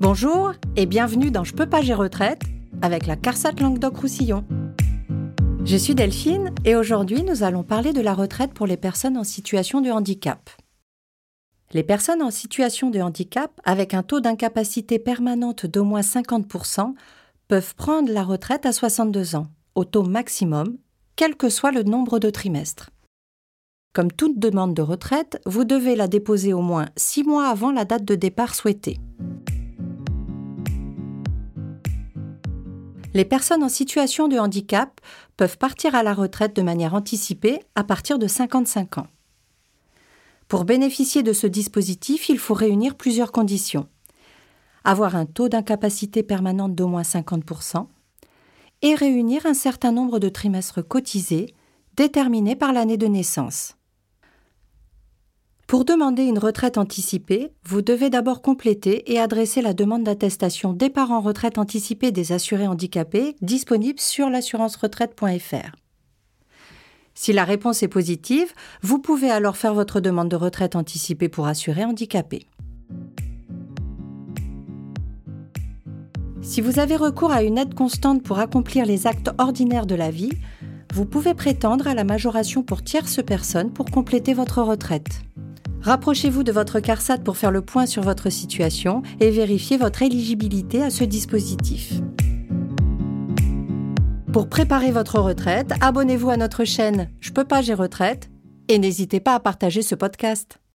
Bonjour et bienvenue dans Je peux pas, j'ai retraite avec la CARSAT Languedoc-Roussillon. Je suis Delphine et aujourd'hui nous allons parler de la retraite pour les personnes en situation de handicap. Les personnes en situation de handicap avec un taux d'incapacité permanente d'au moins 50% peuvent prendre la retraite à 62 ans, au taux maximum, quel que soit le nombre de trimestres. Comme toute demande de retraite, vous devez la déposer au moins 6 mois avant la date de départ souhaitée. Les personnes en situation de handicap peuvent partir à la retraite de manière anticipée à partir de 55 ans. Pour bénéficier de ce dispositif, il faut réunir plusieurs conditions. Avoir un taux d'incapacité permanente d'au moins 50% et réunir un certain nombre de trimestres cotisés déterminés par l'année de naissance. Pour demander une retraite anticipée, vous devez d'abord compléter et adresser la demande d'attestation départ en retraite anticipée des assurés handicapés disponible sur l'assurance-retraite.fr. Si la réponse est positive, vous pouvez alors faire votre demande de retraite anticipée pour assurés handicapés. Si vous avez recours à une aide constante pour accomplir les actes ordinaires de la vie, vous pouvez prétendre à la majoration pour tierces personnes pour compléter votre retraite. Rapprochez-vous de votre CARSAT pour faire le point sur votre situation et vérifier votre éligibilité à ce dispositif. Pour préparer votre retraite, abonnez-vous à notre chaîne Je peux pas, j'ai retraite et n'hésitez pas à partager ce podcast.